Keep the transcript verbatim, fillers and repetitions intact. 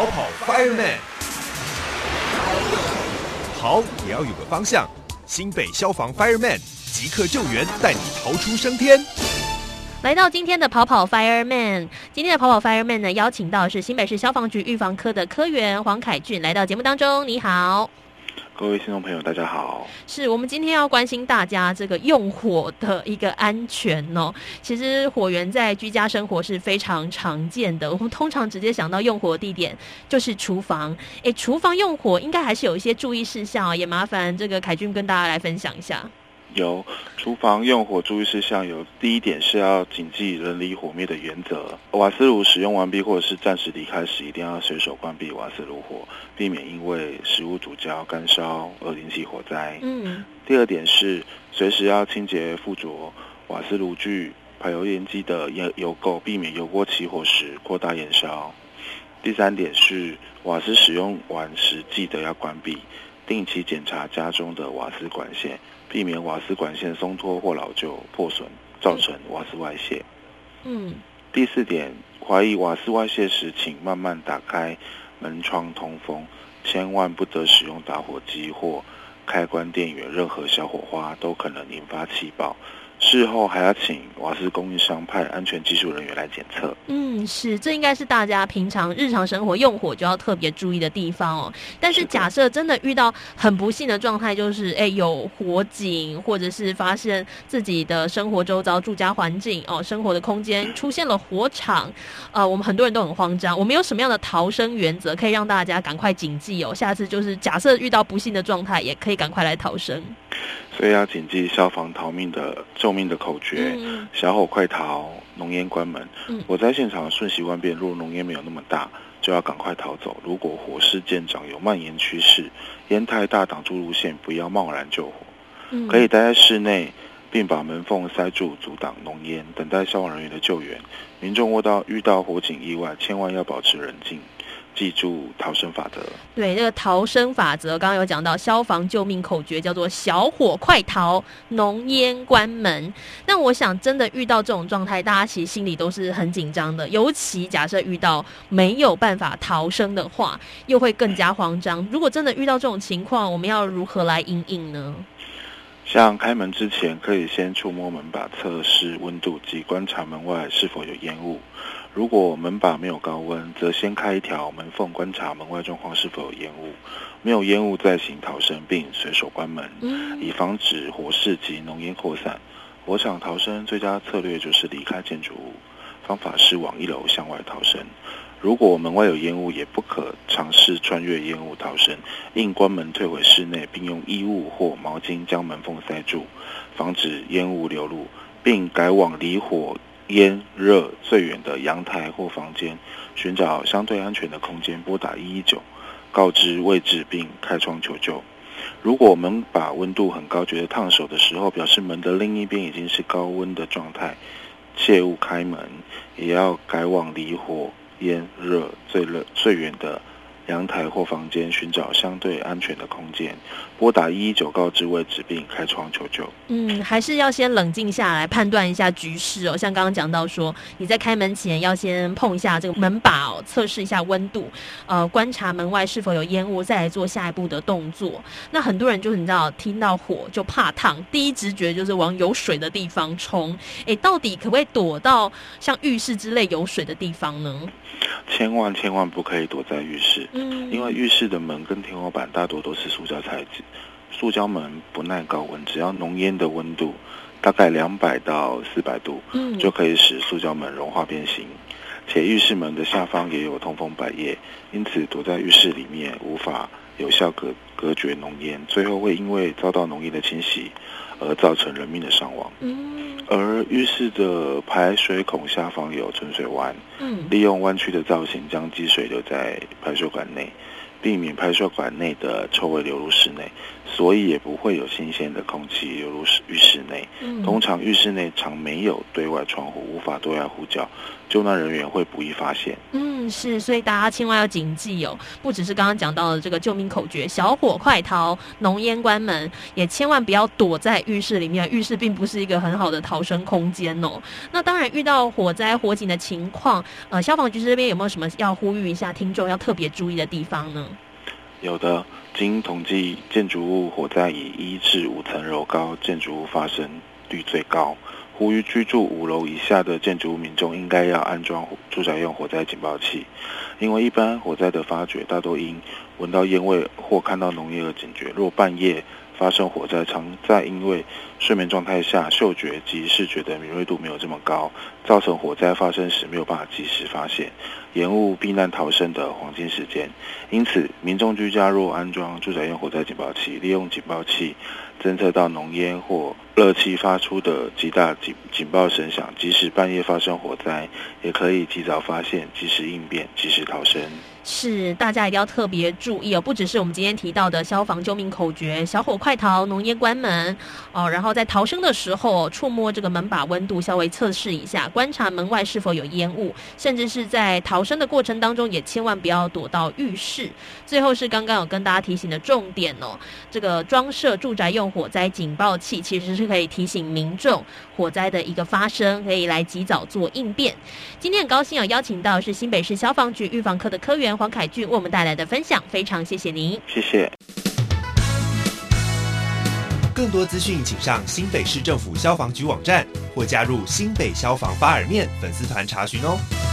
跑跑 Fireman， 跑也要有个方向。新北消防 Fireman 即刻救援，带你逃出升天。 来到今天的跑跑 Fireman， 今天的跑跑 Fireman 呢，邀请到的是新北市消防局预防科的科员黄凯俊来到节目当中。你好。 各位听众朋友大家好。 是我们今天要关心大家这个用火的一个安全哦。其实火源在居家生活是非常常见的，我们通常直接想到用火的地点就是厨房。诶，厨房用火应该还是有一些注意事项、哦、也麻烦这个凯俊跟大家来分享一下。 有，厨房用火注意事项有，第一点是要谨记人离火灭的原则。瓦斯炉使用完毕或者是暂时离开时，一定要随手关闭瓦斯炉火，避免因为食物煮焦干烧而引起火灾。嗯。第二点是随时要清洁附着瓦斯炉具、排油烟机的油垢，避免油锅起火时扩大燃烧。第三点是瓦斯使用完时记得要关闭，定期检查家中的瓦斯管线，避免瓦斯管线松脱或老旧破损，造成瓦斯外泄。嗯。第四点，怀疑瓦斯外泄时，请慢慢打开门窗通风，千万不得使用打火机或开关电源，任何小火花都可能引发气爆。事后还要请瓦斯供应商派安全技术人员来检测。嗯， 是，这应该是大家平常日常生活用火就要特别注意的地方哦。但是假设真的遇到很不幸的状态，就是哎有火警，或者是发现自己的生活周遭、住家环境哦，生活的空间出现了火场，呃，我们很多人都很慌张。我们有什么样的逃生原则可以让大家赶快谨记哦？下次就是假设遇到不幸的状态，也可以赶快来逃生。 所以要谨记消防逃命的救命的口诀，嗯、小火快逃，浓烟关门。嗯、我在现场瞬息万变，如果浓烟没有那么大，就要赶快逃走。如果火势渐长，有蔓延趋势，烟太大挡住路线，不要贸然救火。嗯、可以待在室内，并把门缝塞住，阻挡浓烟，等待消防人员的救援。民众遇到遇到火警意外，千万要保持冷静。记住逃生法则。 对，这个逃生法则刚刚有讲到，消防救命口诀叫做小火快逃，浓烟关门。那我想真的遇到这种状态，大家其实心里都是很紧张的，尤其假设遇到没有办法逃生的话，又会更加慌张。如果真的遇到这种情况，我们要如何来因应呢？ 像开门之前，可以先触摸门把，测试温度及观察门外是否有烟雾。如果门把没有高温，则先开一条门缝，观察门外状况是否有烟雾。没有烟雾再行逃生，并随手关门，以防止火势及浓烟扩散。火场逃生最佳策略就是离开建筑物，方法是往一楼向外逃生。如果门外有烟雾，也不可尝试穿越烟雾逃生，应关门退回室内，并用衣物或毛巾将门缝塞住，防止烟雾流入，并改往离火烟热最远的阳台或房间，寻找相对安全的空间，拨打一一九，告知位置并开窗求救。如果门把温度很高，觉得烫手的时候，表示门的另一边已经是高温的状态，切勿开门，也要改往离火烟热最热最远的阳台或房间，寻找相对安全的空间，拨打一一九告知位置并开窗求救。 嗯，还是要先冷静下来，判断一下局势哦。像刚刚讲到说，你在开门前要先碰一下这个门把哦，测试一下温度，呃，观察门外是否有烟雾，再来做下一步的动作。那很多人就是你知道，听到火就怕烫，第一直觉就是往有水的地方冲。哎，到底可不可以躲到像浴室之类有水的地方呢？ 千万千万不可以躲在浴室，嗯，因为浴室的门跟天花板大多都是塑胶材质，塑胶门不耐高温，只要浓烟的温度大概两百到四百度，嗯，就可以使塑胶门融化变形。且浴室门的下方也有通风百叶，因此躲在浴室里面无法有效隔隔绝浓烟，最后会因为遭到浓烟的侵袭而造成人命的伤亡。嗯，而浴室的排水孔下方有存水弯，嗯，利用弯曲的造型将积水留在排水管内， 避免排水管内的臭味流入室内，所以也不会有新鲜的空气流入浴室内。嗯、通常浴室内常没有对外窗户，无法对外呼叫，救难人员会不易发现。 嗯，是，所以大家千万要谨记哦，不只是刚刚讲到的这个救命口诀“小火快逃，浓烟关门”，也千万不要躲在浴室里面，浴室并不是一个很好的逃生空间哦。那当然，遇到火灾火警的情况，呃，消防局这边有没有什么要呼吁一下听众要特别注意的地方呢？ 有的，经统计，建筑物火灾以一至五层楼高建筑物发生率最高。呼吁居住五楼以下的建筑物民众应该要安装住宅用火灾警报器，因为一般火灾的发觉大多因闻到烟味或看到浓烟而警觉。若半夜发生火灾，常在因为睡眠状态下嗅觉及视觉的敏锐度没有这么高，造成火灾发生时没有办法及时发现，延误避难逃生的黄金时间。因此，民众居家若安装住宅用火灾警报器，利用警报器侦测到浓烟或热气发出的极大警警报声响，即使半夜发生火灾，也可以及早发现，及时应变，及时逃生。 是，大家一定要特别注意哦，不只是我们今天提到的消防救命口诀“小火快逃，浓烟关门”哦，然后在逃生的时候触摸这个门把温度，稍微测试一下，观察门外是否有烟雾，甚至是在逃生的过程当中，也千万不要躲到浴室。最后是刚刚有跟大家提醒的重点哦，这个装设住宅用火灾警报器，其实是可以提醒民众火灾的一个发生，可以来及早做应变。今天很高兴有邀请到是新北市消防局预防科的科员黄凯俊为我们带来的分享，非常谢谢您。 谢谢。 更多资讯请上新北市政府消防局网站或加入新北消防巴尔面粉丝团查询哦。